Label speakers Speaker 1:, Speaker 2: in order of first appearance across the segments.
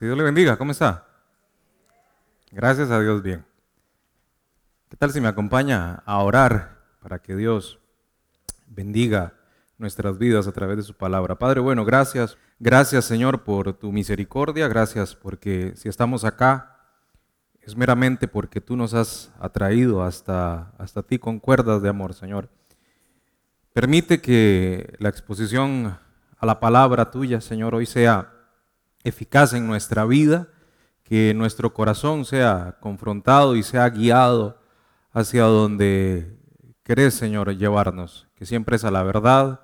Speaker 1: Que Dios le bendiga, ¿cómo está? Gracias a Dios, bien. ¿Qué tal si me acompaña a orar para que Dios bendiga nuestras vidas a través de su palabra? Padre, bueno, gracias. Gracias, Señor, por tu misericordia. Gracias porque si estamos acá es meramente porque tú nos has atraído hasta ti con cuerdas de amor, Señor. Permite que la exposición a la palabra tuya, Señor, hoy sea eficaz en nuestra vida, que nuestro corazón sea confrontado y sea guiado hacia donde querés, Señor, llevarnos, que siempre es a la verdad,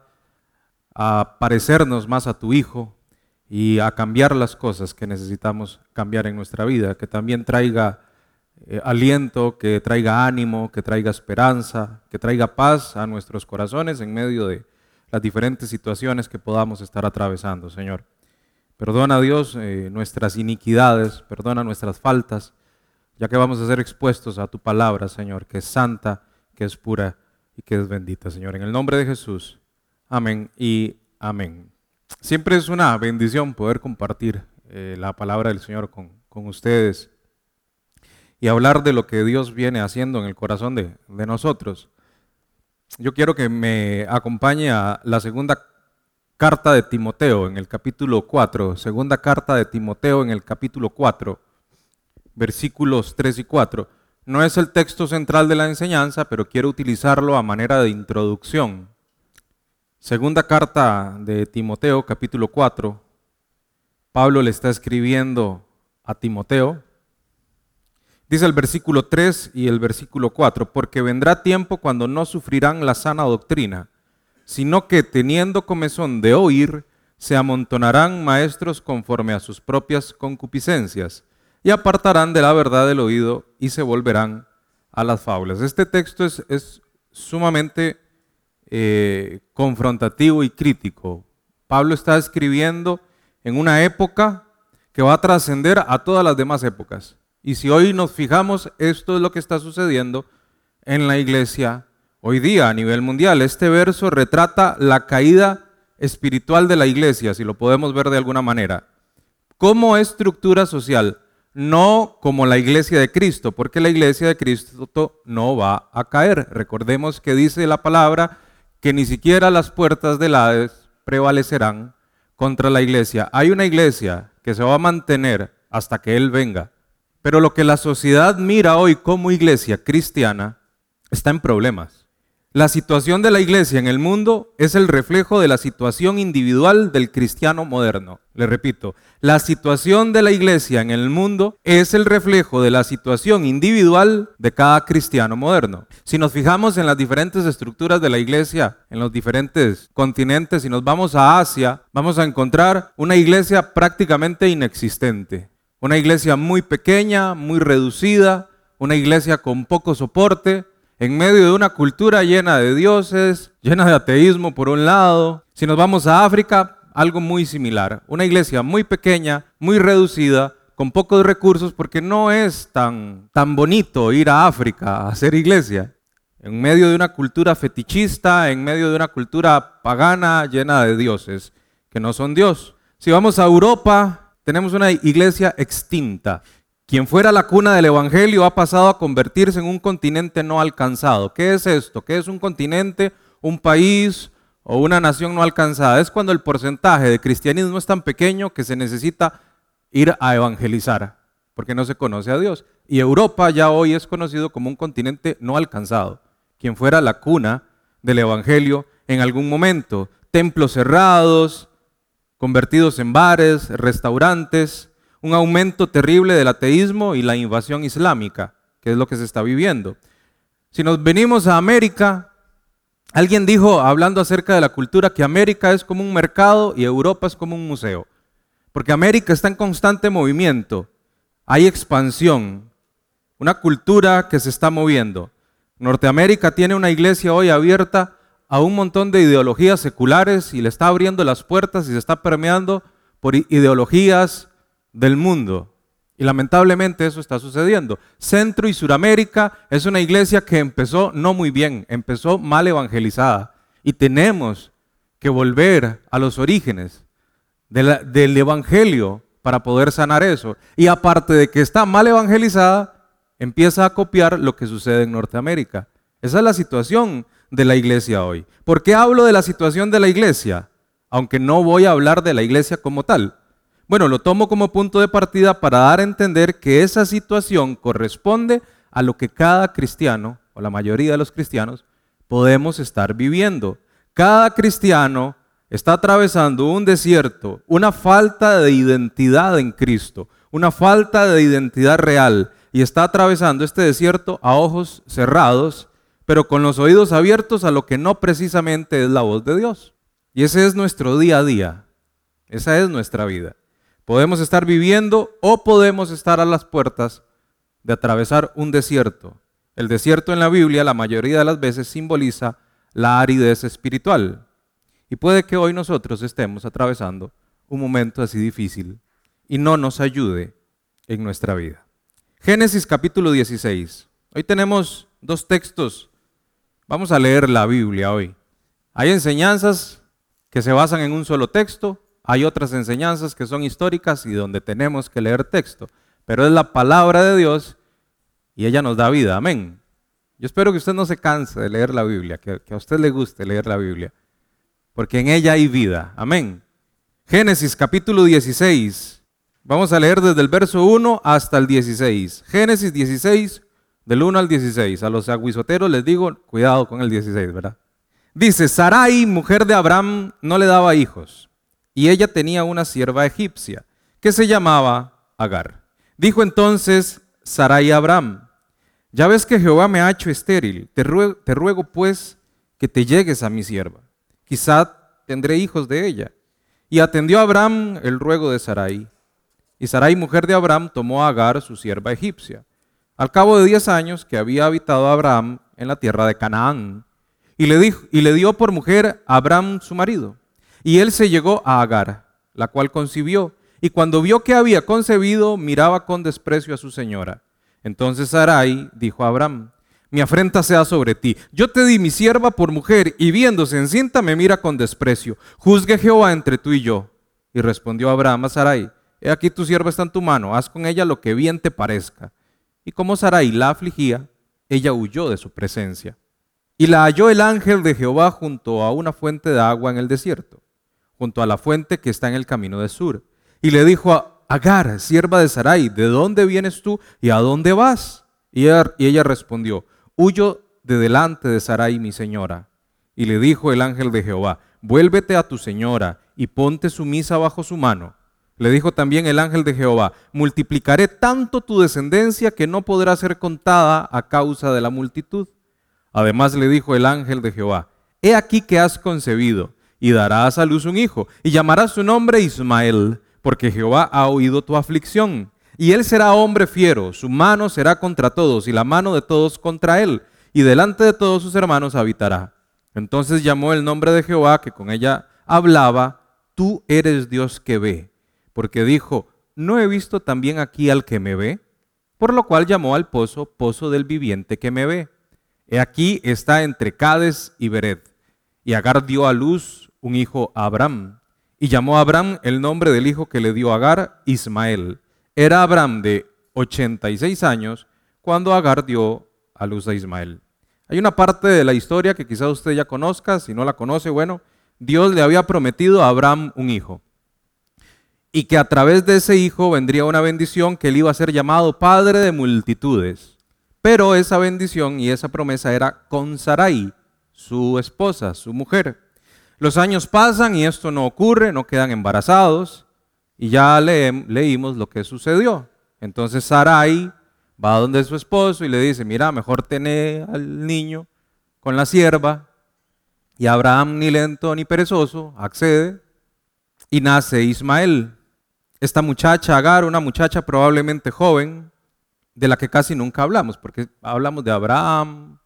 Speaker 1: a parecernos más a tu Hijo y a cambiar las cosas que necesitamos cambiar en nuestra vida, que también traiga aliento, que traiga ánimo, que traiga esperanza, que traiga paz a nuestros corazones en medio de las diferentes situaciones que podamos estar atravesando, Señor. Perdona, Dios, nuestras iniquidades, perdona nuestras faltas, ya que vamos a ser expuestos a tu palabra, Señor, que es santa, que es pura y que es bendita, Señor. En el nombre de Jesús, amén y amén. Siempre es una bendición poder compartir la palabra del Señor con ustedes y hablar de lo que Dios viene haciendo en el corazón de nosotros. Yo quiero que me acompañe a la segunda carta de Timoteo en el capítulo 4, segunda carta de Timoteo en el capítulo 4, versículos 3 y 4. No es el texto central de la enseñanza, pero quiero utilizarlo a manera de introducción. Segunda carta de Timoteo, capítulo 4. Pablo le está escribiendo a Timoteo. Dice el versículo 3 y el versículo 4, porque vendrá tiempo cuando no sufrirán la sana doctrina, sino que teniendo comezón de oír, se amontonarán maestros conforme a sus propias concupiscencias, y apartarán de la verdad del oído y se volverán a las fábulas. Este texto es sumamente confrontativo y crítico. Pablo está escribiendo en una época que va a trascender a todas las demás épocas. Y si hoy nos fijamos, esto es lo que está sucediendo en la iglesia hoy día a nivel mundial. Este verso retrata la caída espiritual de la iglesia, si lo podemos ver de alguna manera. Como estructura social, no como la iglesia de Cristo, porque la iglesia de Cristo no va a caer. Recordemos que dice la palabra que ni siquiera las puertas del Hades prevalecerán contra la iglesia. Hay una iglesia que se va a mantener hasta que Él venga. Pero lo que la sociedad mira hoy como iglesia cristiana está en problemas. La situación de la iglesia en el mundo es el reflejo de la situación individual del cristiano moderno. Le repito, la situación de la iglesia en el mundo es el reflejo de la situación individual de cada cristiano moderno. Si nos fijamos en las diferentes estructuras de la iglesia, en los diferentes continentes, si nos vamos a Asia, vamos a encontrar una iglesia prácticamente inexistente. Una iglesia muy pequeña, muy reducida, una iglesia con poco soporte, en medio de una cultura llena de dioses, llena de ateísmo por un lado. Si nos vamos a África, algo muy similar. Una iglesia muy pequeña, muy reducida, con pocos recursos, porque no es tan bonito ir a África a hacer iglesia. En medio de una cultura fetichista, en medio de una cultura pagana llena de dioses que no son Dios. Si vamos a Europa, tenemos una iglesia extinta. Quien fuera la cuna del evangelio ha pasado a convertirse en un continente no alcanzado. ¿Qué es esto? ¿Qué es un continente, un país o una nación no alcanzada? Es cuando el porcentaje de cristianismo es tan pequeño que se necesita ir a evangelizar, porque no se conoce a Dios. Y Europa ya hoy es conocido como un continente no alcanzado. Quien fuera la cuna del evangelio en algún momento. Templos cerrados, convertidos en bares, restaurantes, un aumento terrible del ateísmo y la invasión islámica, que es lo que se está viviendo. Si nos venimos a América, alguien dijo, hablando acerca de la cultura, que América es como un mercado y Europa es como un museo, porque América está en constante movimiento, hay expansión, una cultura que se está moviendo. Norteamérica tiene una iglesia hoy abierta a un montón de ideologías seculares y le está abriendo las puertas y se está permeando por ideologías del mundo. Y lamentablemente eso está sucediendo. Centro y Suramérica es una iglesia que empezó no muy bien, empezó mal evangelizada. Y tenemos que volver a los orígenes del evangelio para poder sanar eso. Y aparte de que está mal evangelizada, empieza a copiar lo que sucede en Norteamérica. Esa es la situación de la iglesia hoy. ¿Por qué hablo de la situación de la iglesia? Aunque no voy a hablar de la iglesia como tal. Bueno, lo tomo como punto de partida para dar a entender que esa situación corresponde a lo que cada cristiano, o la mayoría de los cristianos, podemos estar viviendo. Cada cristiano está atravesando un desierto, una falta de identidad en Cristo, una falta de identidad real, y está atravesando este desierto a ojos cerrados, pero con los oídos abiertos a lo que no precisamente es la voz de Dios. Y ese es nuestro día a día, esa es nuestra vida. Podemos estar viviendo o podemos estar a las puertas de atravesar un desierto. El desierto en la Biblia la mayoría de las veces simboliza la aridez espiritual. Y puede que hoy nosotros estemos atravesando un momento así difícil y no nos ayude en nuestra vida. Génesis capítulo 16. Hoy tenemos dos textos. Vamos a leer la Biblia hoy. Hay enseñanzas que se basan en un solo texto. Hay otras enseñanzas que son históricas y donde tenemos que leer texto. Pero es la palabra de Dios y ella nos da vida. Amén. Yo espero que usted no se canse de leer la Biblia, que a usted le guste leer la Biblia, porque en ella hay vida. Amén. Génesis capítulo 16. Vamos a leer desde el verso 1 hasta el 16. Génesis 16, del 1 al 16. A los aguizoteros les digo, cuidado con el 16, ¿verdad? Dice, Sarai, mujer de Abraham, no le daba hijos, y ella tenía una sierva egipcia, que se llamaba Agar. Dijo entonces Sarai a Abraham, ya ves que Jehová me ha hecho estéril, te ruego pues que te llegues a mi sierva, quizá tendré hijos de ella. Y atendió a Abraham el ruego de Sarai. Y Sarai, mujer de Abraham, tomó a Agar, su sierva egipcia, al cabo de 10 años que había habitado Abraham en la tierra de Canaán, y le dio por mujer a Abraham su marido. Y él se llegó a Agar, la cual concibió, y cuando vio que había concebido, miraba con desprecio a su señora. Entonces Sarai dijo a Abraham, mi afrenta sea sobre ti. Yo te di mi sierva por mujer, y viéndose encinta me mira con desprecio. Juzgue Jehová entre tú y yo. Y respondió Abraham a Sarai, he aquí tu sierva está en tu mano, haz con ella lo que bien te parezca. Y como Sarai la afligía, ella huyó de su presencia. Y la halló el ángel de Jehová junto a una fuente de agua en el desierto, junto a la fuente que está en el camino de Sur. Y le dijo a Agar, sierva de Sarai, ¿de dónde vienes tú y a dónde vas? Y ella respondió, huyo de delante de Sarai mi señora. Y le dijo el ángel de Jehová, vuélvete a tu señora y ponte sumisa bajo su mano. Le dijo también el ángel de Jehová, multiplicaré tanto tu descendencia que no podrá ser contada a causa de la multitud. Además le dijo el ángel de Jehová, he aquí que has concebido y darás a luz un hijo y llamarás su nombre Ismael, porque Jehová ha oído tu aflicción. Y él será hombre fiero, su mano será contra todos y la mano de todos contra él, y delante de todos sus hermanos habitará. Entonces llamó el nombre de Jehová, que con ella hablaba, tú eres Dios que ve, porque dijo, ¿no he visto también aquí al que me ve? Por lo cual llamó al pozo, pozo del viviente que me ve. He aquí está entre Cades y Bered. Y Agar dio a luz un hijo a Abraham, y llamó a Abraham el nombre del hijo que le dio Agar, Ismael. Era Abraham de 86 años cuando Agar dio a luz a Ismael. Hay una parte de la historia que quizás usted ya conozca, si no la conoce, bueno, Dios le había prometido a Abraham un hijo. Y que a través de ese hijo vendría una bendición que él iba a ser llamado padre de multitudes. Pero esa bendición y esa promesa era con Sarai, su esposa, su mujer. Los años pasan y esto no ocurre, no quedan embarazados. Y ya leímos lo que sucedió. Entonces Sarai va donde su esposo y le dice, mira, mejor tener al niño con la sierva. Y Abraham, ni lento ni perezoso, accede y nace Ismael. Esta muchacha, Agar, una muchacha probablemente joven, de la que casi nunca hablamos, porque hablamos de Abraham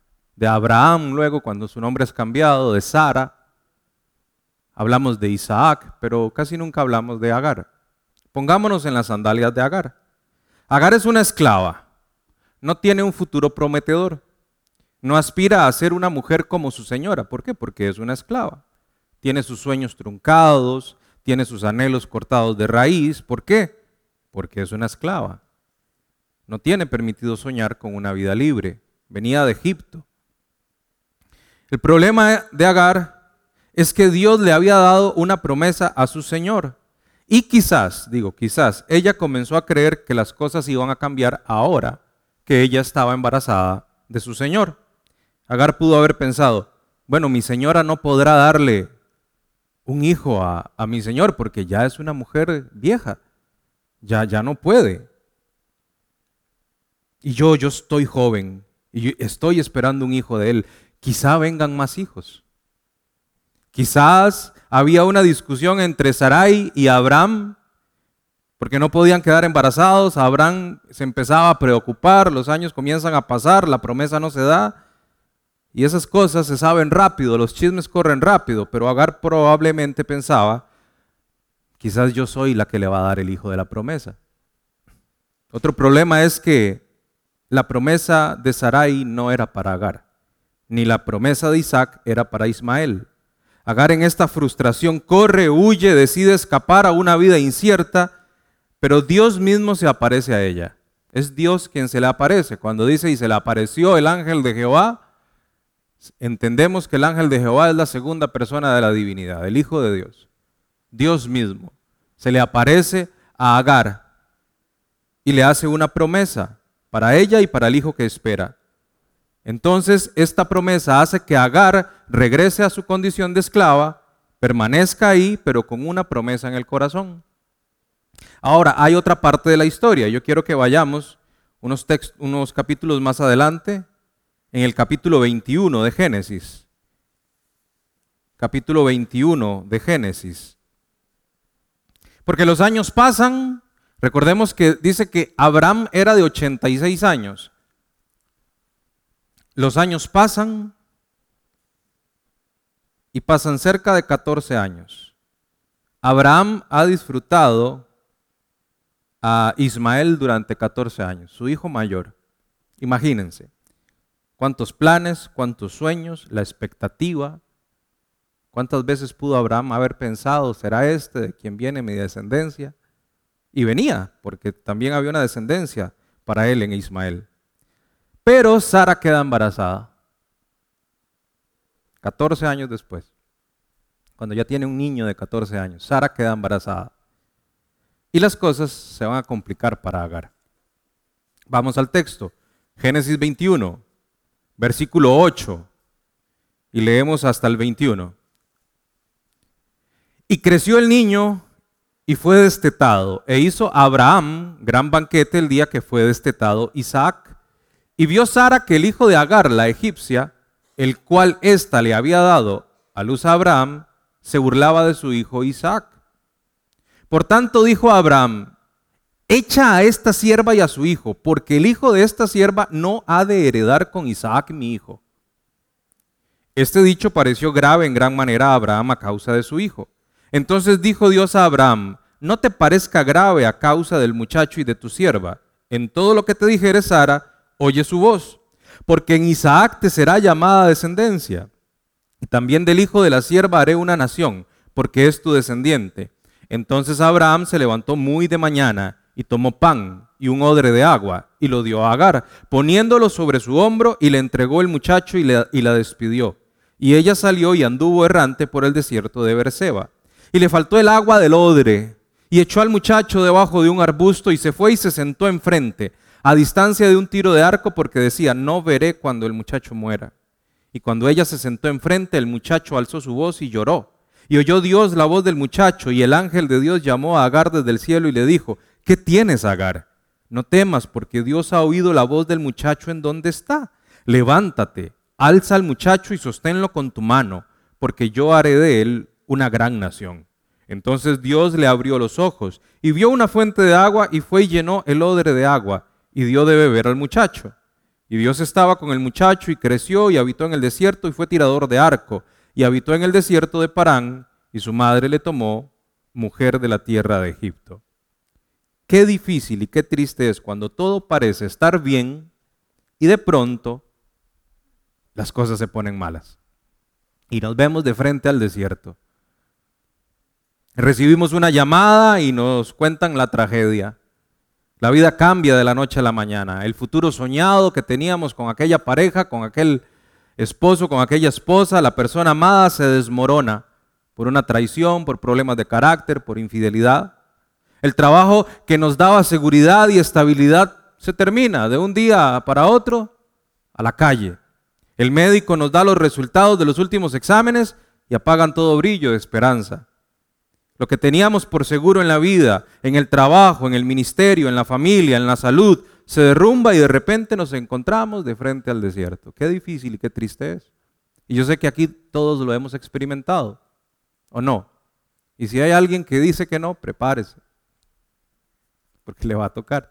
Speaker 1: luego cuando su nombre es cambiado, de Sara. Hablamos de Isaac, pero casi nunca hablamos de Agar. Pongámonos en las sandalias de Agar. Agar es una esclava, no tiene un futuro prometedor, no aspira a ser una mujer como su señora. ¿Por qué? Porque es una esclava. Tiene sus sueños truncados, tiene sus anhelos cortados de raíz. ¿Por qué? Porque es una esclava. No tiene permitido soñar con una vida libre. Venía de Egipto. El problema de Agar es que Dios le había dado una promesa a su Señor. Y quizás, ella comenzó a creer que las cosas iban a cambiar ahora que ella estaba embarazada de su Señor. Agar pudo haber pensado, bueno, mi señora no podrá darle un hijo a mi Señor porque ya es una mujer vieja. Ya no puede. Y yo estoy joven y estoy esperando un hijo de él. Quizá vengan más hijos. Quizás había una discusión entre Sarai y Abraham porque no podían quedar embarazados. Abraham se empezaba a preocupar, los años comienzan a pasar, la promesa no se da. Y esas cosas se saben rápido, los chismes corren rápido, pero Agar probablemente pensaba, quizás yo soy la que le va a dar el hijo de la promesa. Otro problema es que la promesa de Sarai no era para Agar, ni la promesa de Isaac era para Ismael. Agar en esta frustración corre, huye, decide escapar a una vida incierta, pero Dios mismo se aparece a ella. Es Dios quien se le aparece. Cuando dice, y se le apareció el ángel de Jehová, entendemos que el ángel de Jehová es la segunda persona de la divinidad, el Hijo de Dios. Dios mismo se le aparece a Agar y le hace una promesa para ella y para el hijo que espera. Entonces, esta promesa hace que Agar regrese a su condición de esclava, permanezca ahí, pero con una promesa en el corazón. Ahora, hay otra parte de la historia. Yo quiero que vayamos unos capítulos más adelante, en el capítulo 21 de Génesis. Capítulo 21 de Génesis. Porque los años pasan, recordemos que dice que Abraham era de 86 años. Los años pasan y pasan cerca de 14 años. Abraham ha disfrutado a Ismael durante 14 años, su hijo mayor. Imagínense, cuántos planes, cuántos sueños, la expectativa. ¿Cuántas veces pudo Abraham haber pensado, será este de quien viene mi descendencia? Y venía, porque también había una descendencia para él en Ismael. Pero Sara queda embarazada, 14 años después, cuando ya tiene un niño de 14 años, Sara queda embarazada. Y las cosas se van a complicar para Agar. Vamos al texto, Génesis 21, versículo 8, y leemos hasta el 21. Y creció el niño y fue destetado, e hizo Abraham gran banquete el día que fue destetado Isaac. Y vio Sara que el hijo de Agar, la egipcia, el cual ésta le había dado a luz a Abraham, se burlaba de su hijo Isaac. Por tanto dijo a Abraham, echa a esta sierva y a su hijo, porque el hijo de esta sierva no ha de heredar con Isaac mi hijo. Este dicho pareció grave en gran manera a Abraham a causa de su hijo. Entonces dijo Dios a Abraham, no te parezca grave a causa del muchacho y de tu sierva. En todo lo que te dijere Sara, oye su voz, porque en Isaac te será llamada descendencia. Y también del hijo de la sierva haré una nación, porque es tu descendiente. Entonces Abraham se levantó muy de mañana y tomó pan y un odre de agua y lo dio a Agar, poniéndolo sobre su hombro, y le entregó el muchacho y la despidió. Y ella salió y anduvo errante por el desierto de Beerseba. Y le faltó el agua del odre, y echó al muchacho debajo de un arbusto y se fue y se sentó enfrente, a distancia de un tiro de arco, porque decía, no veré cuando el muchacho muera. Y cuando ella se sentó enfrente, el muchacho alzó su voz y lloró. Y oyó Dios la voz del muchacho, y el ángel de Dios llamó a Agar desde el cielo y le dijo, ¿qué tienes, Agar? No temas, porque Dios ha oído la voz del muchacho en donde está. Levántate, alza al muchacho y sosténlo con tu mano, porque yo haré de él una gran nación. Entonces Dios le abrió los ojos, y vio una fuente de agua, y fue y llenó el odre de agua, y dio de beber al muchacho. Y Dios estaba con el muchacho, y creció, y habitó en el desierto, y fue tirador de arco, y habitó en el desierto de Parán, y su madre le tomó mujer de la tierra de Egipto. Qué difícil y qué triste es cuando todo parece estar bien, y de pronto las cosas se ponen malas. Y nos vemos de frente al desierto. Recibimos una llamada y nos cuentan la tragedia. La vida cambia de la noche a la mañana. El futuro soñado que teníamos con aquella pareja, con aquel esposo, con aquella esposa, la persona amada se desmorona por una traición, por problemas de carácter, por infidelidad. El trabajo que nos daba seguridad y estabilidad se termina de un día para otro a la calle. El médico nos da los resultados de los últimos exámenes y apagan todo brillo de esperanza. Lo que teníamos por seguro en la vida, en el trabajo, en el ministerio, en la familia, en la salud, se derrumba y de repente nos encontramos de frente al desierto. Qué difícil y qué triste es. Y yo sé que aquí todos lo hemos experimentado, ¿o no? Y si hay alguien que dice que no, prepárese, porque le va a tocar.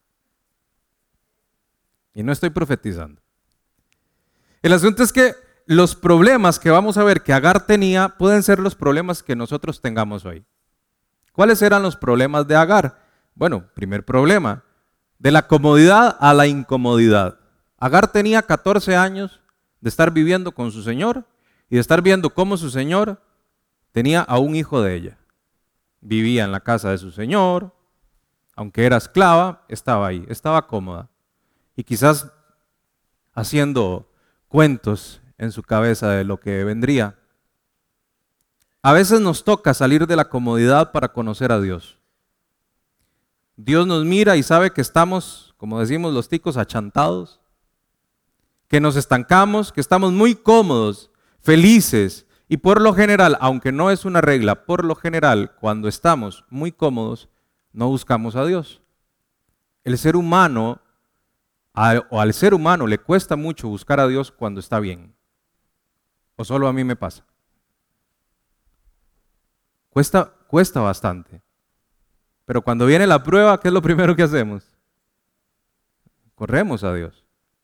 Speaker 1: Y no estoy profetizando. El asunto es que los problemas que vamos a ver que Agar tenía pueden ser los problemas que nosotros tengamos hoy. ¿Cuáles eran los problemas de Agar? Bueno, primer problema, de la comodidad a la incomodidad. Agar tenía 14 años de estar viviendo con su señor y de estar viendo cómo su señor tenía a un hijo de ella. Vivía en la casa de su señor, aunque era esclava, estaba ahí, estaba cómoda. Y quizás haciendo cuentos en su cabeza de lo que vendría. A veces nos toca salir de la comodidad para conocer a Dios. Dios nos mira y sabe que estamos, como decimos los ticos, achantados, que nos estancamos, que estamos muy cómodos, felices, y por lo general, aunque no es una regla, por lo general, cuando estamos muy cómodos, no buscamos a Dios. El ser humano, al ser humano le cuesta mucho buscar a Dios cuando está bien. ¿O solo a mí me pasa? Cuesta bastante. Pero cuando viene la prueba, ¿qué es lo primero que hacemos? Corremos a Dios.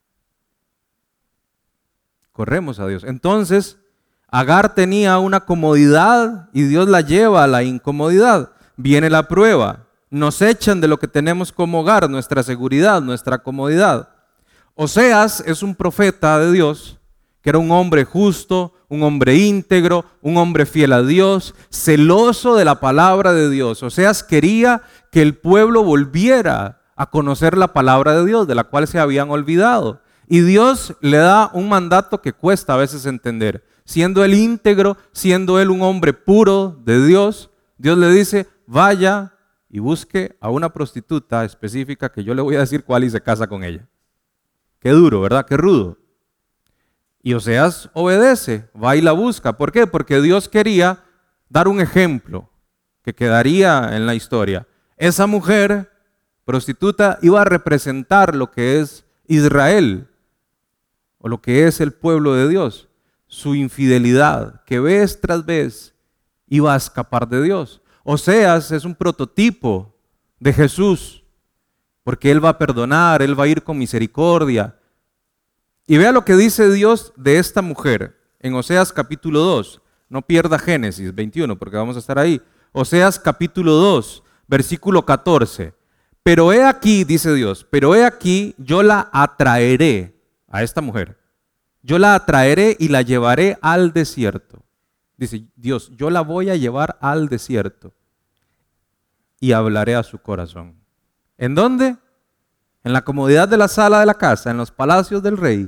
Speaker 1: Corremos a Dios. Entonces, Agar tenía una comodidad y Dios la lleva a la incomodidad. Viene la prueba. Nos echan de lo que tenemos como hogar, nuestra seguridad, nuestra comodidad. Oseas es un profeta de Dios, que era un hombre justo, un hombre íntegro, un hombre fiel a Dios, celoso de la palabra de Dios. Oseas quería que el pueblo volviera a conocer la palabra de Dios, de la cual se habían olvidado. Y Dios le da un mandato que cuesta a veces entender. Siendo él íntegro, siendo él un hombre puro de Dios, Dios le dice, vaya y busque a una prostituta específica que yo le voy a decir cuál y se casa con ella. Qué duro, ¿verdad? Qué rudo. Y Oseas obedece, va y la busca. ¿Por qué? Porque Dios quería dar un ejemplo que quedaría en la historia. Esa mujer prostituta iba a representar lo que es Israel o lo que es el pueblo de Dios. Su infidelidad, que vez tras vez iba a escapar de Dios. Oseas es un prototipo de Jesús, porque Él va a perdonar, Él va a ir con misericordia. Y vea lo que dice Dios de esta mujer en Oseas capítulo 2. No pierda Génesis 21 porque vamos a estar ahí. Oseas capítulo 2, versículo 14. Pero he aquí, dice Dios, pero he aquí yo la atraeré a esta mujer. Yo la atraeré y la llevaré al desierto. Dice Dios, yo la voy a llevar al desierto y hablaré a su corazón. ¿En dónde? ¿En la comodidad de la sala de la casa? ¿En los palacios del rey?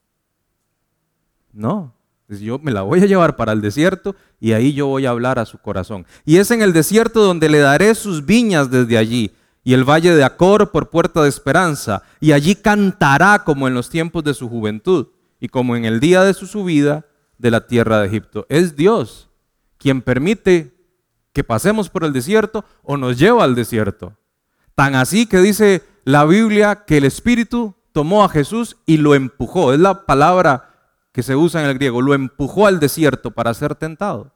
Speaker 1: No. Dice, yo me la voy a llevar para el desierto y ahí yo voy a hablar a su corazón. Y es en el desierto donde le daré sus viñas desde allí y el valle de Acor por puerta de esperanza. Y allí cantará como en los tiempos de su juventud y como en el día de su subida de la tierra de Egipto. Es Dios quien permite que pasemos por el desierto o nos lleva al desierto. Tan así que dice la Biblia que el Espíritu tomó a Jesús y lo empujó. Es la palabra que se usa en el griego. Lo empujó al desierto para ser tentado.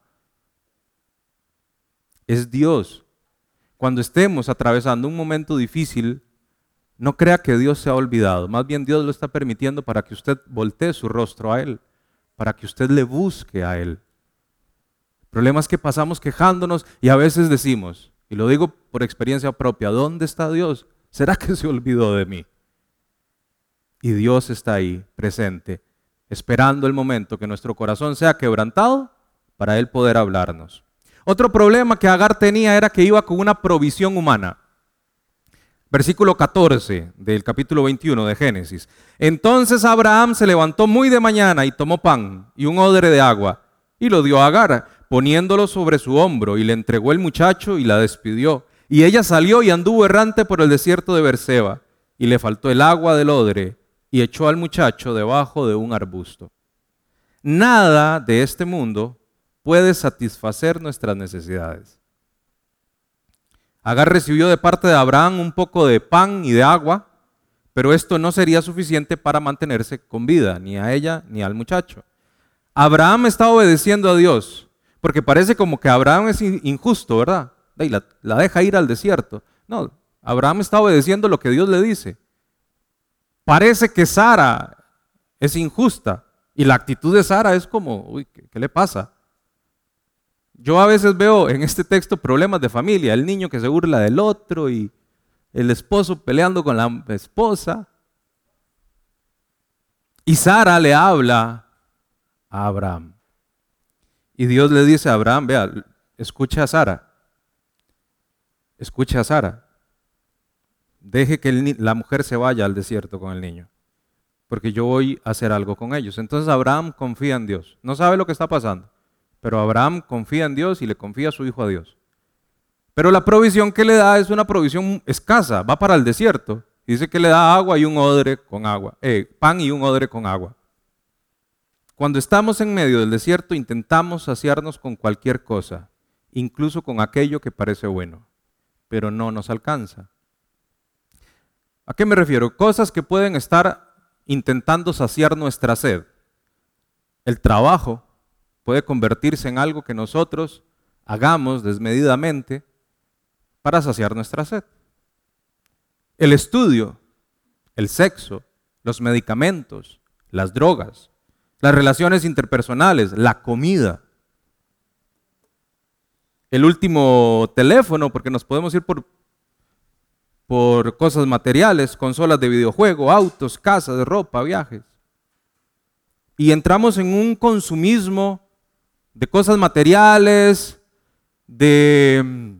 Speaker 1: Es Dios. Cuando estemos atravesando un momento difícil, no crea que Dios se ha olvidado. Más bien Dios lo está permitiendo para que usted voltee su rostro a Él, para que usted le busque a Él. El problema es que pasamos quejándonos y a veces decimos, y lo digo por experiencia propia, ¿dónde está Dios? ¿Será que se olvidó de mí? Y Dios está ahí, presente, esperando el momento que nuestro corazón sea quebrantado para Él poder hablarnos. Otro problema que Agar tenía era que iba con una provisión humana. Versículo 14 del capítulo 21 de Génesis. Entonces Abraham se levantó muy de mañana y tomó pan y un odre de agua y lo dio a Agar, poniéndolo sobre su hombro, y le entregó el muchacho y la despidió. Y ella salió y anduvo errante por el desierto de Beerseba, y le faltó el agua del odre, y echó al muchacho debajo de un arbusto. Nada de este mundo puede satisfacer nuestras necesidades. Agar recibió de parte de Abraham un poco de pan y de agua, pero esto no sería suficiente para mantenerse con vida, ni a ella ni al muchacho. Abraham está obedeciendo a Dios, porque parece como que Abraham es injusto, ¿verdad? Y la deja ir al desierto. No, Abraham está obedeciendo lo que Dios le dice. Parece que Sara es injusta, y la actitud de Sara es como, uy, ¿qué le pasa? Yo a veces veo en este texto problemas de familia, el niño que se burla del otro y el esposo peleando con la esposa. Y Sara le habla a Abraham. Y Dios le dice a Abraham, vea, escucha a Sara. Escucha a Sara. Deje que la mujer se vaya al desierto con el niño, porque yo voy a hacer algo con ellos. Entonces Abraham confía en Dios. No sabe lo que está pasando, pero Abraham confía en Dios y le confía a su hijo a Dios. Pero la provisión que le da es una provisión escasa, va para el desierto. Dice que le da agua y un odre con agua, pan y un odre con agua. Cuando estamos en medio del desierto intentamos saciarnos con cualquier cosa, incluso con aquello que parece bueno, pero no nos alcanza. ¿A qué me refiero? Cosas que pueden estar intentando saciar nuestra sed. El trabajo puede convertirse en algo que nosotros hagamos desmedidamente para saciar nuestra sed. El estudio, el sexo, los medicamentos, las drogas, las relaciones interpersonales, la comida, el último teléfono, porque nos podemos ir por cosas materiales, consolas de videojuego, autos, casas, ropa, viajes. Y entramos en un consumismo de cosas materiales, de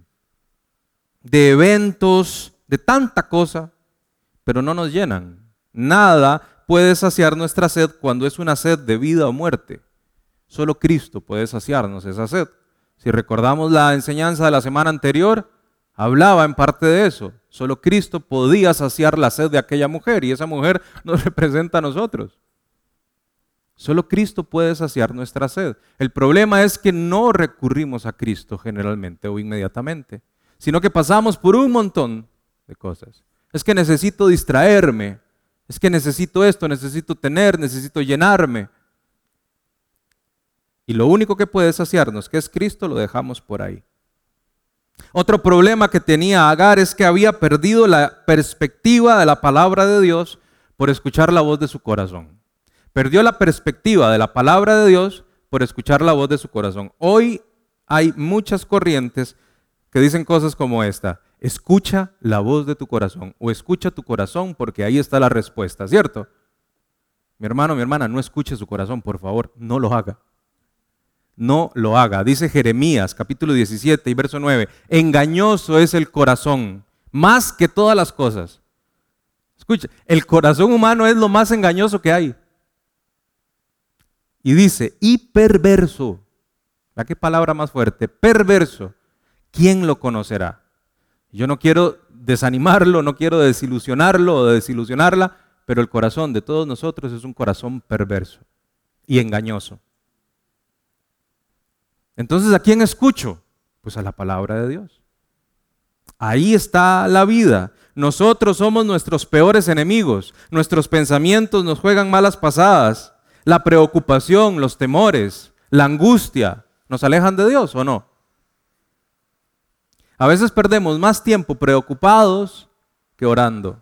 Speaker 1: eventos, de tanta cosa, pero no nos llenan. Nada puede saciar nuestra sed cuando es una sed de vida o muerte. Solo Cristo puede saciarnos esa sed. Si recordamos la enseñanza de la semana anterior, hablaba en parte de eso. Solo Cristo podía saciar la sed de aquella mujer y esa mujer nos representa a nosotros. Solo Cristo puede saciar nuestra sed. El problema es que no recurrimos a Cristo generalmente o inmediatamente, sino que pasamos por un montón de cosas. Es que necesito distraerme, es que necesito esto, necesito tener, necesito llenarme. Y lo único que puede saciarnos, que es Cristo, lo dejamos por ahí. Otro problema que tenía Agar es que había perdido la perspectiva de la palabra de Dios por escuchar la voz de su corazón. Perdió la perspectiva de la palabra de Dios por escuchar la voz de su corazón. Hoy hay muchas corrientes que dicen cosas como esta: escucha la voz de tu corazón o escucha tu corazón porque ahí está la respuesta, ¿cierto? Mi hermano, mi hermana, no escuche su corazón, por favor, no lo haga. No lo haga. Dice Jeremías, capítulo 17 y verso 9, engañoso es el corazón, más que todas las cosas. Escucha, el corazón humano es lo más engañoso que hay. Y dice, y perverso. ¿La qué palabra más fuerte? Perverso. ¿Quién lo conocerá? Yo no quiero desanimarlo, no quiero desilusionarlo o desilusionarla, pero el corazón de todos nosotros es un corazón perverso y engañoso. Entonces, ¿a quién escucho? Pues a la palabra de Dios. Ahí está la vida. Nosotros somos nuestros peores enemigos. Nuestros pensamientos nos juegan malas pasadas. La preocupación, los temores, la angustia, ¿nos alejan de Dios o no? A veces perdemos más tiempo preocupados que orando.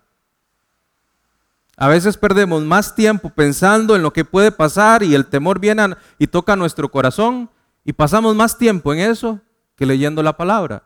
Speaker 1: A veces perdemos más tiempo pensando en lo que puede pasar y el temor viene y toca nuestro corazón. Y pasamos más tiempo en eso que leyendo la palabra.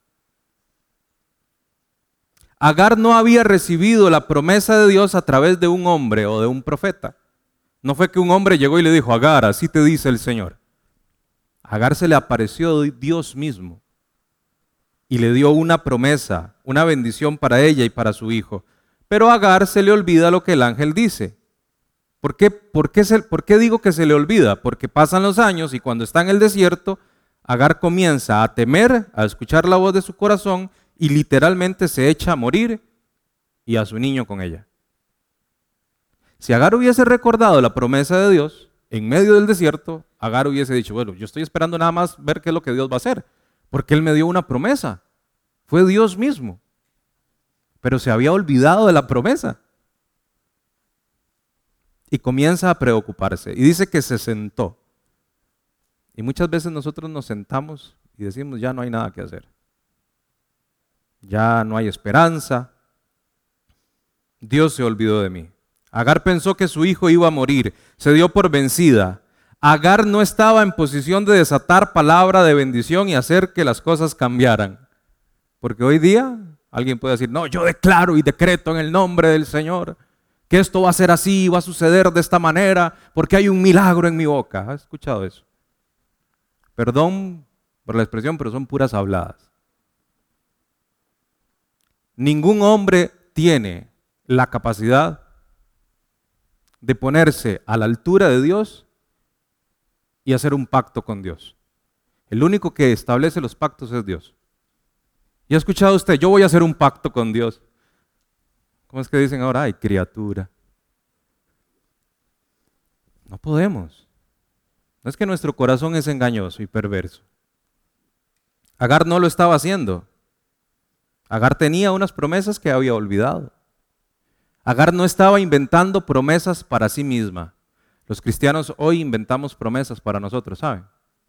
Speaker 1: Agar no había recibido la promesa de Dios a través de un hombre o de un profeta. No fue que un hombre llegó y le dijo, Agar, así te dice el Señor. A Agar se le apareció Dios mismo y le dio una promesa, una bendición para ella y para su hijo. Pero a Agar se le olvida lo que el ángel dice. ¿Por qué digo que se le olvida? Porque pasan los años y cuando está en el desierto, Agar comienza a temer, a escuchar la voz de su corazón y literalmente se echa a morir y a su niño con ella. Si Agar hubiese recordado la promesa de Dios en medio del desierto, Agar hubiese dicho, bueno, yo estoy esperando nada más ver qué es lo que Dios va a hacer, porque Él me dio una promesa. Fue Dios mismo. Pero se había olvidado de la promesa. Y comienza a preocuparse. Y dice que se sentó. Y muchas veces nosotros nos sentamos y decimos, ya no hay nada que hacer. Ya no hay esperanza. Dios se olvidó de mí. Agar pensó que su hijo iba a morir. Se dio por vencida. Agar no estaba en posición de desatar palabra de bendición y hacer que las cosas cambiaran. Porque hoy día alguien puede decir, no, yo declaro y decreto en el nombre del Señor que esto va a ser así, va a suceder de esta manera, porque hay un milagro en mi boca. ¿Has escuchado eso? Perdón por la expresión, pero son puras habladas. Ningún hombre tiene la capacidad de ponerse a la altura de Dios y hacer un pacto con Dios. El único que establece los pactos es Dios. ¿Y ha escuchado usted? Yo voy a hacer un pacto con Dios. ¿Cómo es que dicen ahora? Ay, criatura. No podemos. No es que nuestro corazón es engañoso y perverso. Agar no lo estaba haciendo. Agar tenía unas promesas que había olvidado. Agar no estaba inventando promesas para sí misma. Los cristianos hoy inventamos promesas para nosotros, ¿saben?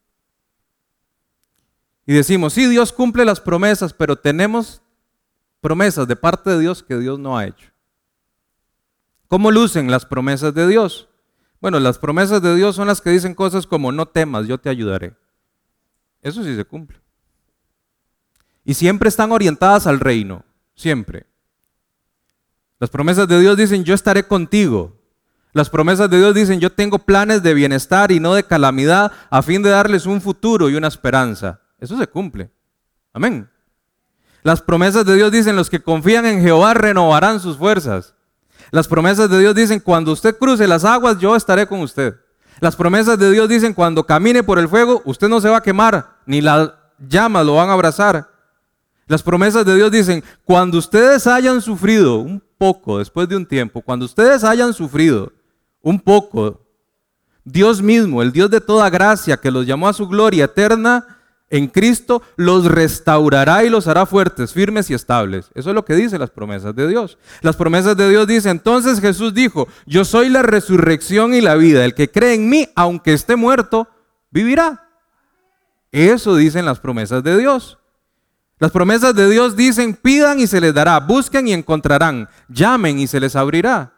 Speaker 1: Y decimos, sí, Dios cumple las promesas, pero tenemos promesas de parte de Dios que Dios no ha hecho. ¿Cómo lucen las promesas de Dios? Bueno, las promesas de Dios son las que dicen cosas como no temas, yo te ayudaré. Eso sí se cumple. Y siempre están orientadas al reino, siempre. Las promesas de Dios dicen yo estaré contigo. Las promesas de Dios dicen yo tengo planes de bienestar y no de calamidad a fin de darles un futuro y una esperanza. Eso se cumple. Amén. Las promesas de Dios dicen los que confían en Jehová renovarán sus fuerzas. Las promesas de Dios dicen cuando usted cruce las aguas yo estaré con usted. Las promesas de Dios dicen cuando camine por el fuego usted no se va a quemar ni las llamas lo van a abrazar. Las promesas de Dios dicen cuando ustedes hayan sufrido un poco después de un tiempo, cuando ustedes hayan sufrido un poco, Dios mismo, el Dios de toda gracia que los llamó a su gloria eterna en Cristo, los restaurará y los hará fuertes, firmes y estables. Eso es lo que dicen las promesas de Dios. Las promesas de Dios dicen, entonces Jesús dijo, yo soy la resurrección y la vida. El que cree en mí, aunque esté muerto, vivirá. Eso dicen las promesas de Dios. Las promesas de Dios dicen, pidan y se les dará, busquen y encontrarán, llamen y se les abrirá.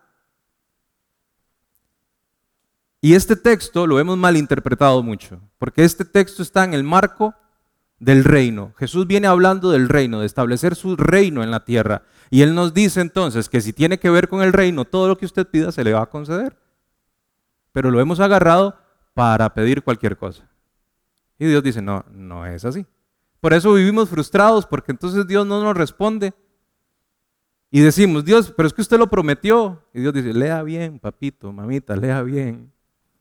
Speaker 1: Y este texto lo hemos malinterpretado mucho, porque este texto está en el marco del reino. Jesús viene hablando del reino, de establecer su reino en la tierra. Y Él nos dice entonces que si tiene que ver con el reino, todo lo que usted pida se le va a conceder. Pero lo hemos agarrado para pedir cualquier cosa. Y Dios dice, no, no es así. Por eso vivimos frustrados, porque entonces Dios no nos responde. Y decimos, Dios, pero es que usted lo prometió. Y Dios dice, lea bien, papito, mamita, lea bien.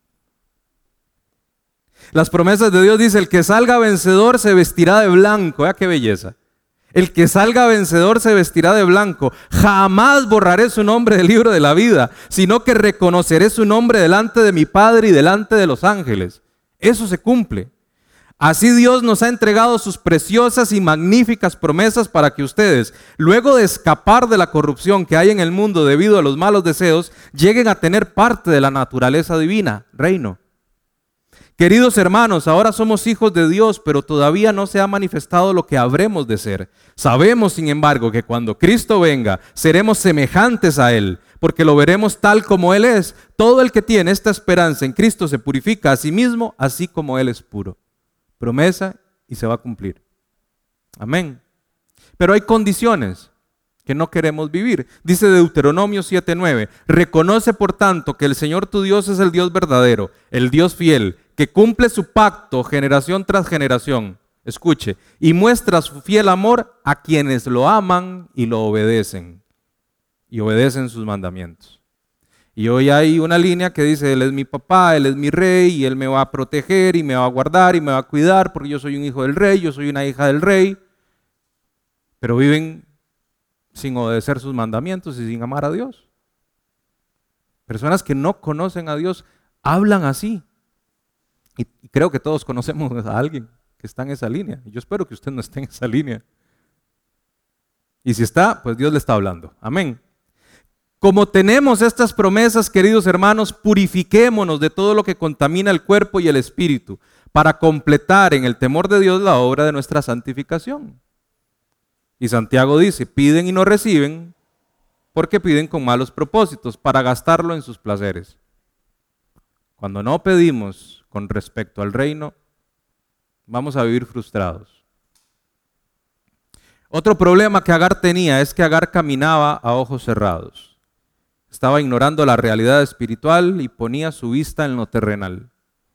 Speaker 1: Las promesas de Dios dicen, el que salga vencedor se vestirá de blanco. Vea qué belleza. El que salga vencedor se vestirá de blanco. Jamás borraré su nombre del libro de la vida, sino que reconoceré su nombre delante de mi Padre y delante de los ángeles. Eso se cumple. Así Dios nos ha entregado sus preciosas y magníficas promesas para que ustedes, luego de escapar de la corrupción que hay en el mundo debido a los malos deseos, lleguen a tener parte de la naturaleza divina, reino. Queridos hermanos, ahora somos hijos de Dios, pero todavía no se ha manifestado lo que habremos de ser. Sabemos, sin embargo, que cuando Cristo venga, seremos semejantes a Él, porque lo veremos tal como Él es. Todo el que tiene esta esperanza en Cristo se purifica a sí mismo, así como Él es puro. Promesa y se va a cumplir. Amén. Pero hay condiciones. que no queremos vivir. Dice Deuteronomio 7:9, reconoce por tanto que el Señor tu Dios es el Dios verdadero, el Dios fiel, que cumple su pacto generación tras generación. Escuche, y muestra su fiel amor a quienes lo aman y lo obedecen, y obedecen sus mandamientos. Y hoy hay una línea que dice, Él es mi papá, Él es mi rey, y Él me va a proteger, y me va a guardar, y me va a cuidar, porque yo soy un hijo del rey, yo soy una hija del rey. Pero viven sin obedecer sus mandamientos y sin amar a Dios. Personas que no conocen a Dios hablan así. Y creo que todos conocemos a alguien que está en esa línea. Y yo espero que usted no esté en esa línea. Y si está, pues Dios le está hablando. Amén. Como tenemos estas promesas, queridos hermanos, purifiquémonos de todo lo que contamina el cuerpo y el espíritu, para completar en el temor de Dios la obra de nuestra santificación. Y Santiago dice, piden y no reciben, porque piden con malos propósitos, para gastarlo en sus placeres. Cuando no pedimos con respecto al reino, vamos a vivir frustrados. Otro problema que Agar tenía es que Agar caminaba a ojos cerrados. Estaba ignorando la realidad espiritual y ponía su vista en lo terrenal.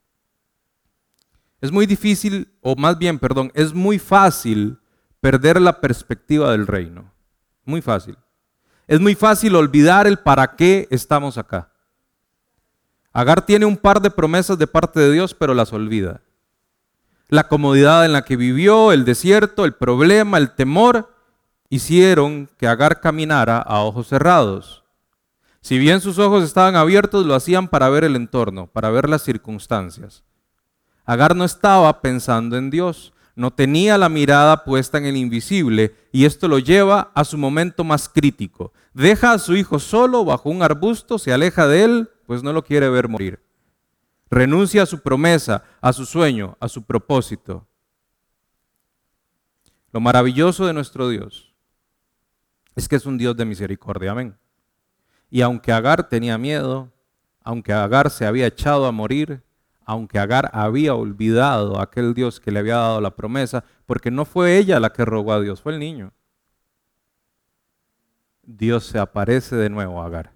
Speaker 1: Es muy difícil, o más bien, perdón, es muy fácil perder la perspectiva del reino. Muy fácil. Es muy fácil olvidar el para qué estamos acá. Agar tiene un par de promesas de parte de Dios, pero las olvida. La comodidad en la que vivió, el desierto, el problema, el temor, hicieron que Agar caminara a ojos cerrados. Si bien sus ojos estaban abiertos, lo hacían para ver el entorno, para ver las circunstancias. Agar no estaba pensando en Dios, no tenía la mirada puesta en el invisible, y esto lo lleva a su momento más crítico. Deja a su hijo solo bajo un arbusto, se aleja de él, pues no lo quiere ver morir. Renuncia a su promesa, a su sueño, a su propósito. Lo maravilloso de nuestro Dios es que es un Dios de misericordia, amén. Y aunque Agar tenía miedo, aunque Agar se había echado a morir, aunque Agar había olvidado a aquel Dios que le había dado la promesa, porque no fue ella la que rogó a Dios, fue el niño. Dios se aparece de nuevo a Agar.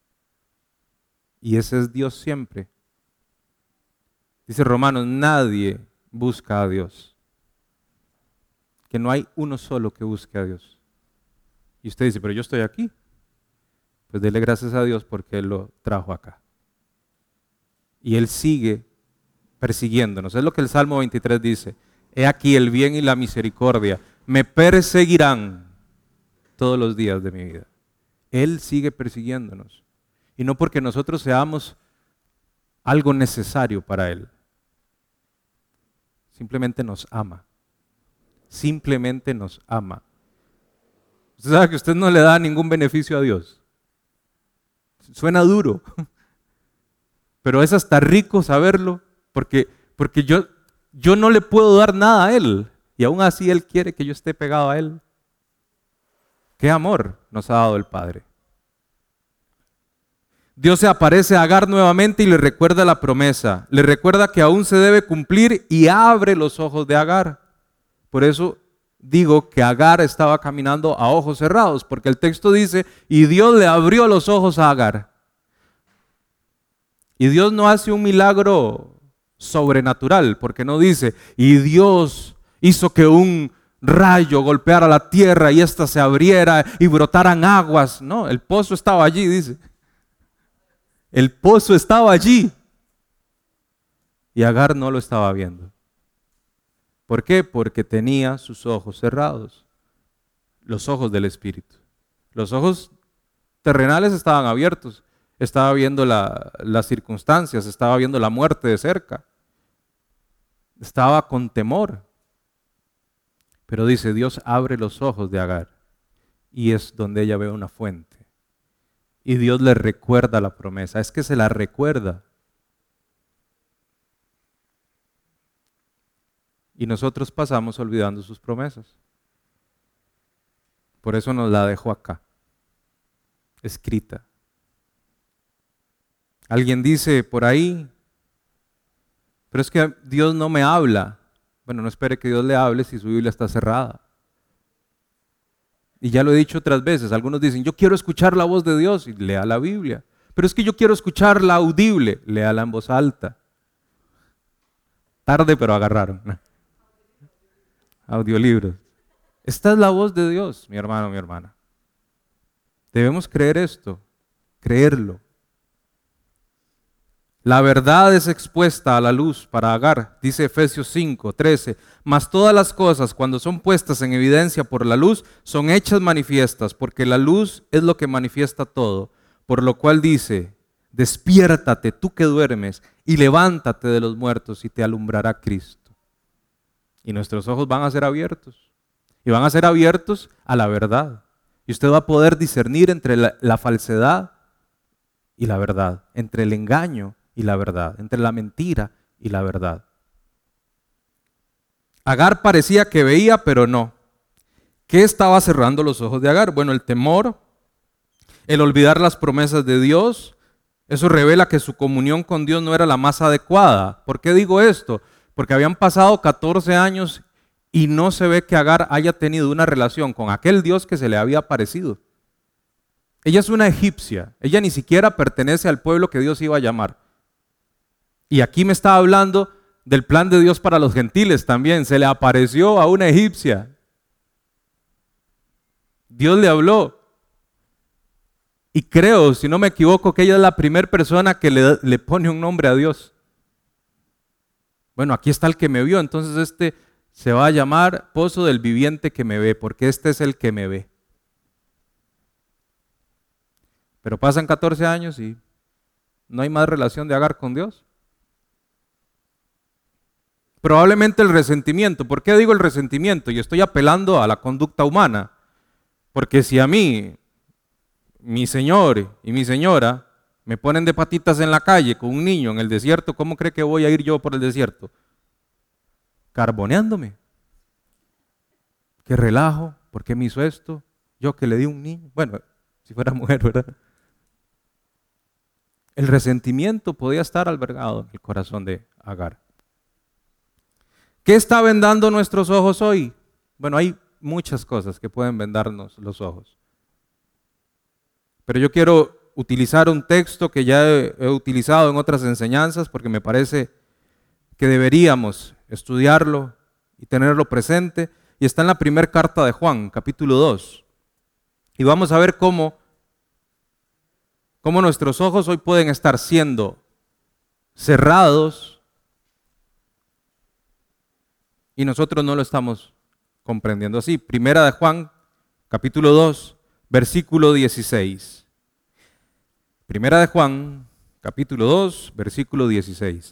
Speaker 1: Y ese es Dios siempre. Dice Romanos, nadie busca a Dios. Que no hay uno solo que busque a Dios. Y usted dice, pero yo estoy aquí. Pues dele gracias a Dios porque Él lo trajo acá. Y Él sigue persiguiéndonos. Es lo que el Salmo 23 dice. He aquí el bien y la misericordia me perseguirán todos los días de mi vida. Él sigue persiguiéndonos. Y no porque nosotros seamos algo necesario para Él. Simplemente nos ama. Simplemente nos ama. Usted sabe que usted no le da ningún beneficio a Dios. Suena duro, pero es hasta rico saberlo, porque yo no le puedo dar nada a Él, y aún así Él quiere que yo esté pegado a Él. ¿Qué amor nos ha dado el Padre? Dios se aparece a Agar nuevamente y le recuerda la promesa, le recuerda que aún se debe cumplir y abre los ojos de Agar. Por eso digo que Agar estaba caminando a ojos cerrados, porque el texto dice, y Dios le abrió los ojos a Agar. Y Dios no hace un milagro sobrenatural, porque no dice, y Dios hizo que un rayo golpeara la tierra y ésta se abriera y brotaran aguas. No, el pozo estaba allí, dice. El pozo estaba allí. Y Agar no lo estaba viendo. ¿Por qué? Porque tenía sus ojos cerrados, los ojos del Espíritu. Los ojos terrenales estaban abiertos, estaba viendo las circunstancias, estaba viendo la muerte de cerca, estaba con temor. Pero dice, Dios abre los ojos de Agar y es donde ella ve una fuente. Y Dios le recuerda la promesa, es que se la recuerda. Y nosotros pasamos olvidando sus promesas. Por eso nos la dejó acá, escrita. Alguien dice por ahí, pero es que Dios no me habla. Bueno, no espere que Dios le hable si su Biblia está cerrada. Y ya lo he dicho otras veces, algunos dicen, yo quiero escuchar la voz de Dios, y lea la Biblia. Pero es que yo quiero escuchar la audible, léala en voz alta. Tarde, pero agarraron. Audiolibros. Esta es la voz de Dios, mi hermano, mi hermana. Debemos creer esto, creerlo. La verdad es expuesta a la luz para Agar, dice Efesios 5:13. Mas todas las cosas, cuando son puestas en evidencia por la luz, son hechas manifiestas, porque la luz es lo que manifiesta todo. Por lo cual dice, despiértate tú que duermes y levántate de los muertos y te alumbrará Cristo. Y nuestros ojos van a ser abiertos. Y van a ser abiertos a la verdad. Y usted va a poder discernir entre la falsedad y la verdad, entre el engaño y la verdad, entre la mentira y la verdad. Agar parecía que veía, pero no. ¿Qué estaba cerrando los ojos de Agar? Bueno, el temor, el olvidar las promesas de Dios. Eso revela que su comunión con Dios no era la más adecuada. ¿Por qué digo esto? Porque habían pasado 14 años y no se ve que Agar haya tenido una relación con aquel Dios que se le había aparecido. Ella es una egipcia, ella ni siquiera pertenece al pueblo que Dios iba a llamar. Y aquí me está hablando del plan de Dios para los gentiles también. Se le apareció a una egipcia. Dios le habló. Y creo, si no me equivoco, que ella es la primera persona que le pone un nombre a Dios. Bueno, aquí está el que me vio, entonces este se va a llamar Pozo del Viviente que me ve, porque este es el que me ve. Pero pasan 14 años y no hay más relación de Agar con Dios. Probablemente el resentimiento. ¿Por qué digo el resentimiento? Y estoy apelando a la conducta humana. Porque si a mí, mi señor y mi señora me ponen de patitas en la calle con un niño en el desierto, ¿cómo cree que voy a ir yo por el desierto? Carboneándome. Qué relajo, ¿por qué me hizo esto? Yo que le di un niño. Bueno, si fuera mujer, ¿verdad? El resentimiento podía estar albergado en el corazón de Agar. ¿Qué está vendando nuestros ojos hoy? Bueno, hay muchas cosas que pueden vendarnos los ojos. Pero yo quiero utilizar un texto que ya he utilizado en otras enseñanzas porque me parece que deberíamos estudiarlo y tenerlo presente. Y está en la primera carta de Juan, capítulo 2. Y vamos a ver cómo nuestros ojos hoy pueden estar siendo cerrados y nosotros no lo estamos comprendiendo así. Primera de Juan, capítulo 2, versículo 16. Primera de Juan, capítulo 2, versículo 16.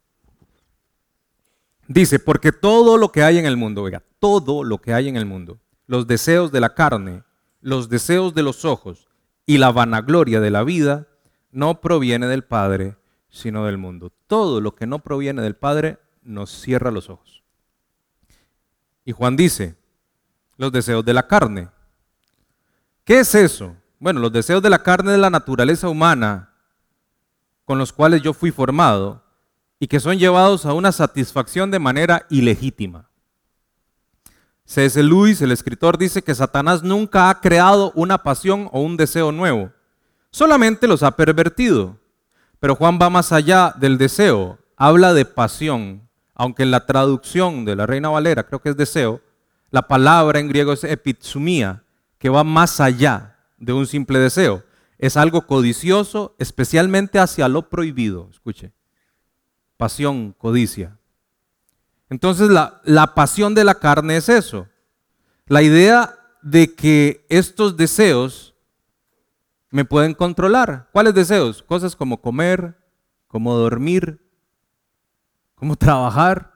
Speaker 1: Dice, porque todo lo que hay en el mundo, oiga, todo lo que hay en el mundo, los deseos de la carne, los deseos de los ojos y la vanagloria de la vida, no proviene del Padre, sino del mundo. Todo lo que no proviene del Padre nos cierra los ojos. Y Juan dice, los deseos de la carne. ¿Qué es eso? Bueno, los deseos de la carne es la naturaleza humana con los cuales yo fui formado y que son llevados a una satisfacción de manera ilegítima. C.S. Lewis, el escritor, dice que Satanás nunca ha creado una pasión o un deseo nuevo, solamente los ha pervertido. Pero Juan va más allá del deseo, habla de pasión. Aunque en la traducción de la Reina Valera creo que es deseo, la palabra en griego es epithumia, que va más allá de un simple deseo. Es algo codicioso, especialmente hacia lo prohibido. Escuche, pasión, codicia. Entonces la pasión de la carne es eso. La idea de que estos deseos me pueden controlar. ¿Cuáles deseos? Cosas como comer, como dormir, como trabajar,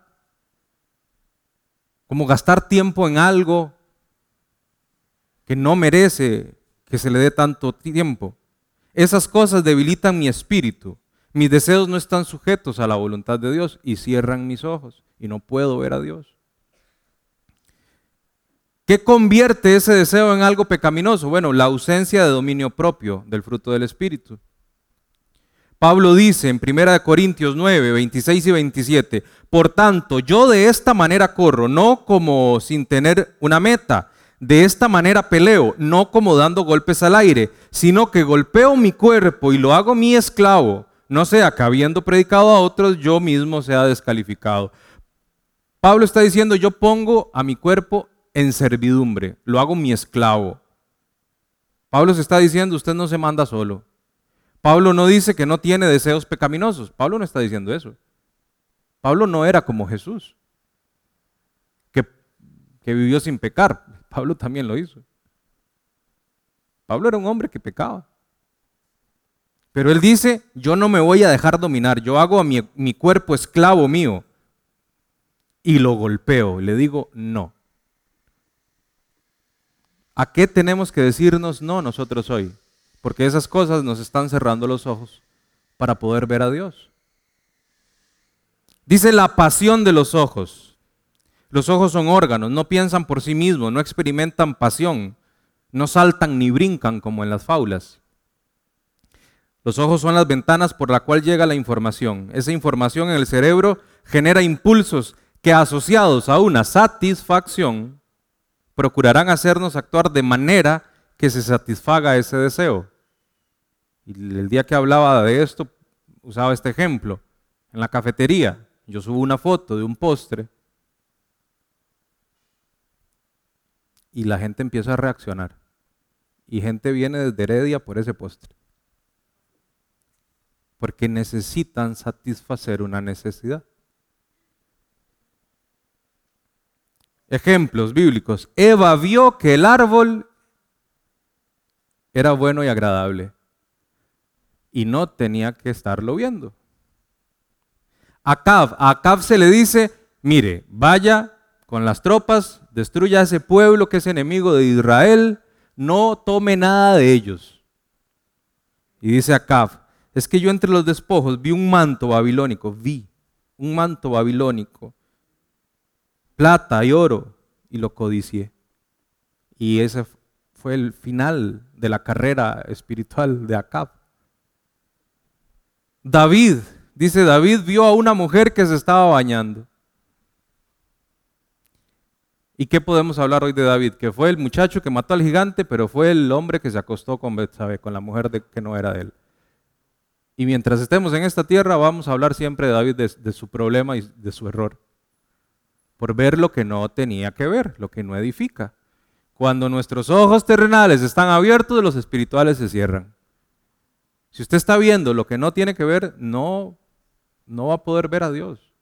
Speaker 1: como gastar tiempo en algo que no merece que se le dé tanto tiempo. Esas cosas debilitan mi espíritu. Mis deseos no están sujetos a la voluntad de Dios y cierran mis ojos y no puedo ver a Dios. ¿Qué convierte ese deseo en algo pecaminoso? Bueno, la ausencia de dominio propio del fruto del Espíritu. Pablo dice en 1 Corintios 9, 26 y 27, por tanto, yo de esta manera corro, no como sin tener una meta. De esta manera peleo, no como dando golpes al aire, sino que golpeo mi cuerpo y lo hago mi esclavo, no sea que habiendo predicado a otros, yo mismo sea descalificado. Pablo está diciendo, yo pongo a mi cuerpo en servidumbre, lo hago mi esclavo. Pablo se está diciendo, usted no se manda solo. Pablo no dice que no tiene deseos pecaminosos. Pablo no está diciendo eso. Pablo no era como Jesús, que vivió sin pecar. Pablo también lo hizo. Pablo era un hombre que pecaba. Pero él dice, yo no me voy a dejar dominar, yo hago a mi cuerpo esclavo mío y lo golpeo. Le digo, no. ¿A qué tenemos que decirnos no nosotros hoy? Porque esas cosas nos están cerrando los ojos para poder ver a Dios. Dice la pasión de los ojos. Los ojos son órganos, no piensan por sí mismos, no experimentan pasión, no saltan ni brincan como en las fábulas. Los ojos son las ventanas por la cual llega la información. Esa información en el cerebro genera impulsos que, asociados a una satisfacción, procurarán hacernos actuar de manera que se satisfaga ese deseo. Y el día que hablaba de esto, usaba este ejemplo. En la cafetería, yo subo una foto de un postre y la gente empieza a reaccionar. Y gente viene desde Heredia por ese postre. Porque necesitan satisfacer una necesidad. Ejemplos bíblicos. Eva vio que el árbol era bueno y agradable y no tenía que estarlo viendo. A Acab se le dice, mire, vaya con las tropas, destruya a ese pueblo que es enemigo de Israel, no tome nada de ellos. Y dice Acab, es que yo entre los despojos vi un manto babilónico, plata y oro, y lo codicié. Y ese fue el final de la carrera espiritual de Acab. David vio a una mujer que se estaba bañando. ¿Y qué podemos hablar hoy de David? Que fue el muchacho que mató al gigante, pero fue el hombre que se acostó con Betsabé, con la mujer que no era de él. Y mientras estemos en esta tierra, vamos a hablar siempre de David, de su problema y de su error. Por ver lo que no tenía que ver, lo que no edifica. Cuando nuestros ojos terrenales están abiertos, los espirituales se cierran. Si usted está viendo lo que no tiene que ver, no va a poder ver a Dios.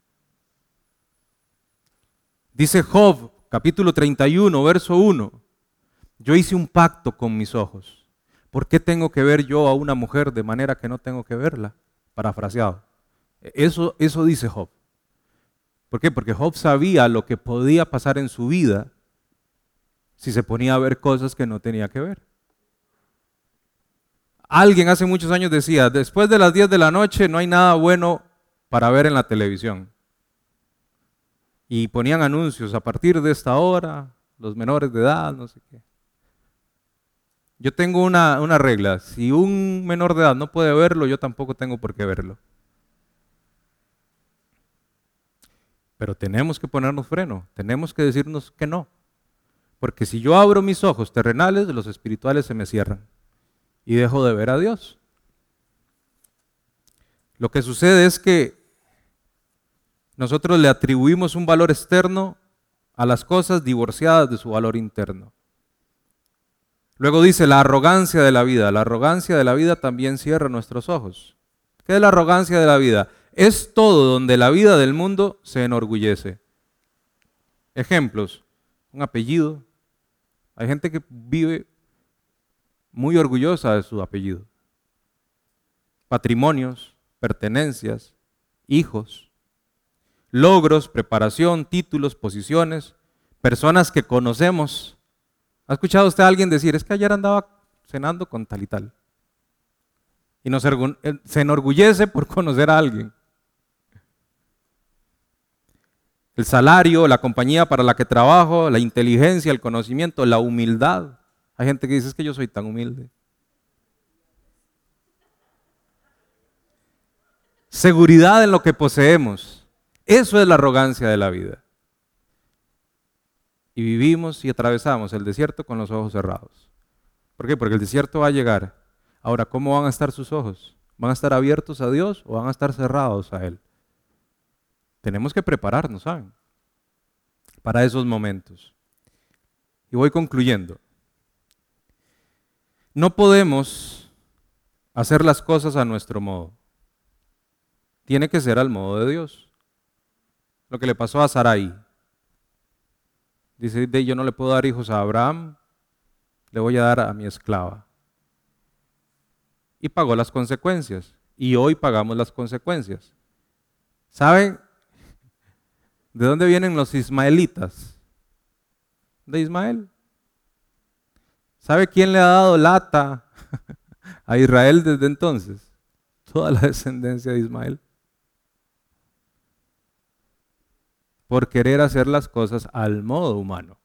Speaker 1: Dice Job, capítulo 31, verso 1. Yo hice un pacto con mis ojos. ¿Por qué tengo que ver yo a una mujer de manera que no tengo que verla? Parafraseado. Eso dice Job. ¿Por qué? Porque Job sabía lo que podía pasar en su vida si se ponía a ver cosas que no tenía que ver. Alguien hace muchos años decía, después de las 10 de la noche no hay nada bueno para ver en la televisión. Y ponían anuncios, a partir de esta hora, los menores de edad, no sé qué. Yo tengo una regla, si un menor de edad no puede verlo, yo tampoco tengo por qué verlo. Pero tenemos que ponernos freno, tenemos que decirnos que no. Porque si yo abro mis ojos terrenales, los espirituales se me cierran y dejo de ver a Dios. Lo que sucede es que nosotros le atribuimos un valor externo a las cosas divorciadas de su valor interno. Luego dice la arrogancia de la vida. La arrogancia de la vida también cierra nuestros ojos. ¿Qué es la arrogancia de la vida? Es todo donde la vida del mundo se enorgullece. Ejemplos, un apellido. Hay gente que vive muy orgullosa de su apellido. Patrimonios, pertenencias, hijos, logros, preparación, títulos, posiciones, personas que conocemos. ¿Ha escuchado usted a alguien decir, es que ayer andaba cenando con tal y tal? Y se enorgullece por conocer a alguien. El salario, la compañía para la que trabajo, la inteligencia, el conocimiento, la humildad. Hay gente que dice, es que yo soy tan humilde. Seguridad en lo que poseemos. Eso es la arrogancia de la vida. y vivimos y atravesamos el desierto con los ojos cerrados. ¿Por qué? Porque el desierto va a llegar. Ahora, ¿cómo van a estar sus ojos? ¿Van a estar abiertos a Dios o van a estar cerrados a Él? Tenemos que prepararnos, ¿saben? Para esos momentos. Y voy concluyendo. No podemos hacer las cosas a nuestro modo. Tiene que ser al modo de Dios. Lo que le pasó a Sarai. Dice, yo no le puedo dar hijos a Abraham, le voy a dar a mi esclava. Y pagó las consecuencias. Y hoy pagamos las consecuencias. ¿Saben de dónde vienen los ismaelitas? De Ismael. ¿Sabe quién le ha dado lata a Israel desde entonces? Toda la descendencia de Ismael. Por querer hacer las cosas al modo humano.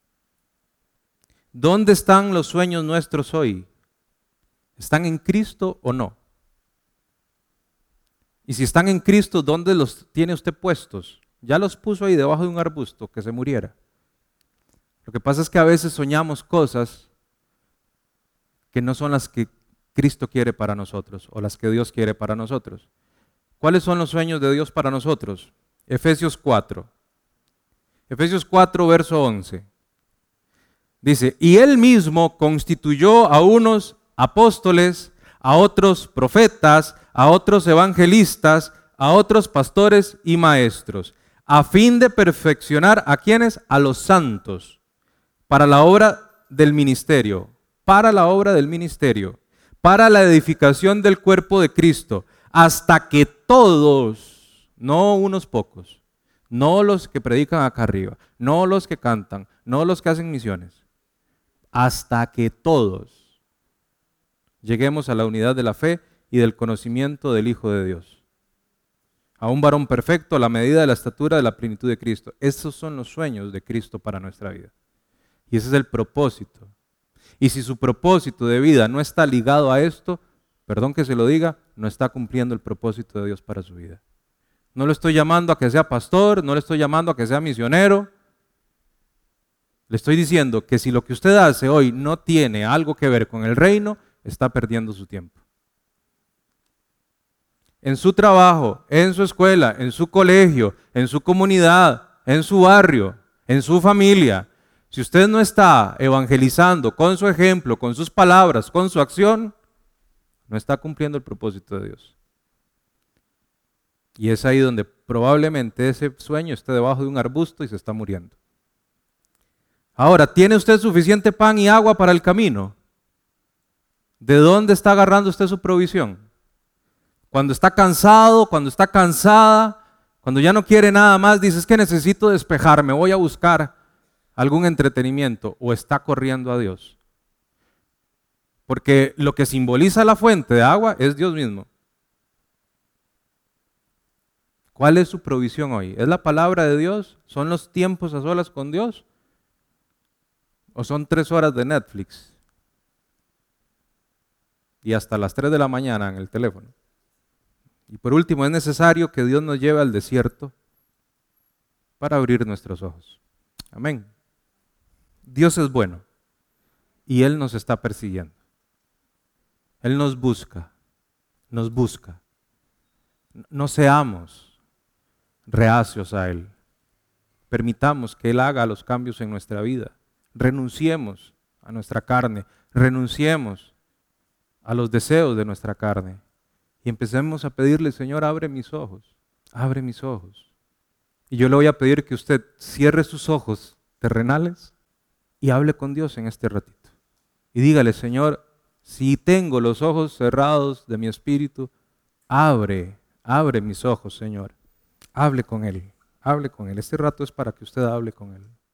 Speaker 1: ¿Dónde están los sueños nuestros hoy? ¿Están en Cristo o no? Y si están en Cristo, ¿dónde los tiene usted puestos? Ya los puso ahí debajo de un arbusto que se muriera. Lo que pasa es que a veces soñamos cosas que no son las que Cristo quiere para nosotros o las que Dios quiere para nosotros. ¿Cuáles son los sueños de Dios para nosotros? Efesios 4. Efesios 4, verso 11. Dice, y Él mismo constituyó a unos apóstoles, a otros profetas, a otros evangelistas, a otros pastores y maestros, a fin de perfeccionar a quienes, a los santos, para la obra del ministerio, para la edificación del cuerpo de Cristo, hasta que todos, no unos pocos, no los que predican acá arriba, no los que cantan, no los que hacen misiones, hasta que todos lleguemos a la unidad de la fe y del conocimiento del Hijo de Dios. A un varón perfecto a la medida de la estatura de la plenitud de Cristo. Esos son los sueños de Cristo para nuestra vida. Y ese es el propósito. Y si su propósito de vida no está ligado a esto, perdón que se lo diga, no está cumpliendo el propósito de Dios para su vida. No le estoy llamando a que sea pastor, no le estoy llamando a que sea misionero. Le estoy diciendo que si lo que usted hace hoy no tiene algo que ver con el reino, está perdiendo su tiempo. En su trabajo, en su escuela, en su colegio, en su comunidad, en su barrio, en su familia, si usted no está evangelizando con su ejemplo, con sus palabras, con su acción, no está cumpliendo el propósito de Dios. Y es ahí donde probablemente ese sueño esté debajo de un arbusto y se está muriendo. Ahora, ¿tiene usted suficiente pan y agua para el camino? ¿De dónde está agarrando usted su provisión? Cuando está cansado, cuando está cansada, cuando ya no quiere nada más, dice, es que necesito despejarme, voy a buscar algún entretenimiento, o está corriendo a Dios. Porque lo que simboliza la fuente de agua es Dios mismo. ¿Cuál es su provisión hoy? ¿Es la palabra de Dios? ¿Son los tiempos a solas con Dios? ¿O son 3 horas de Netflix? Y hasta las 3 de la mañana en el teléfono. Y por último, es necesario que Dios nos lleve al desierto para abrir nuestros ojos. Amén. Dios es bueno y Él nos está persiguiendo. Él nos busca, nos busca. No seamos reacios a Él. Permitamos que Él haga los cambios en nuestra vida. Renunciemos a nuestra carne, renunciemos a los deseos de nuestra carne y empecemos a pedirle, Señor, abre mis ojos, abre mis ojos. Y yo le voy a pedir que usted cierre sus ojos terrenales y hable con Dios en este ratito. Y dígale, Señor, si tengo los ojos cerrados de mi espíritu, abre mis ojos, Señor. Hable con Él, hable con Él. Este rato es para que usted hable con Él.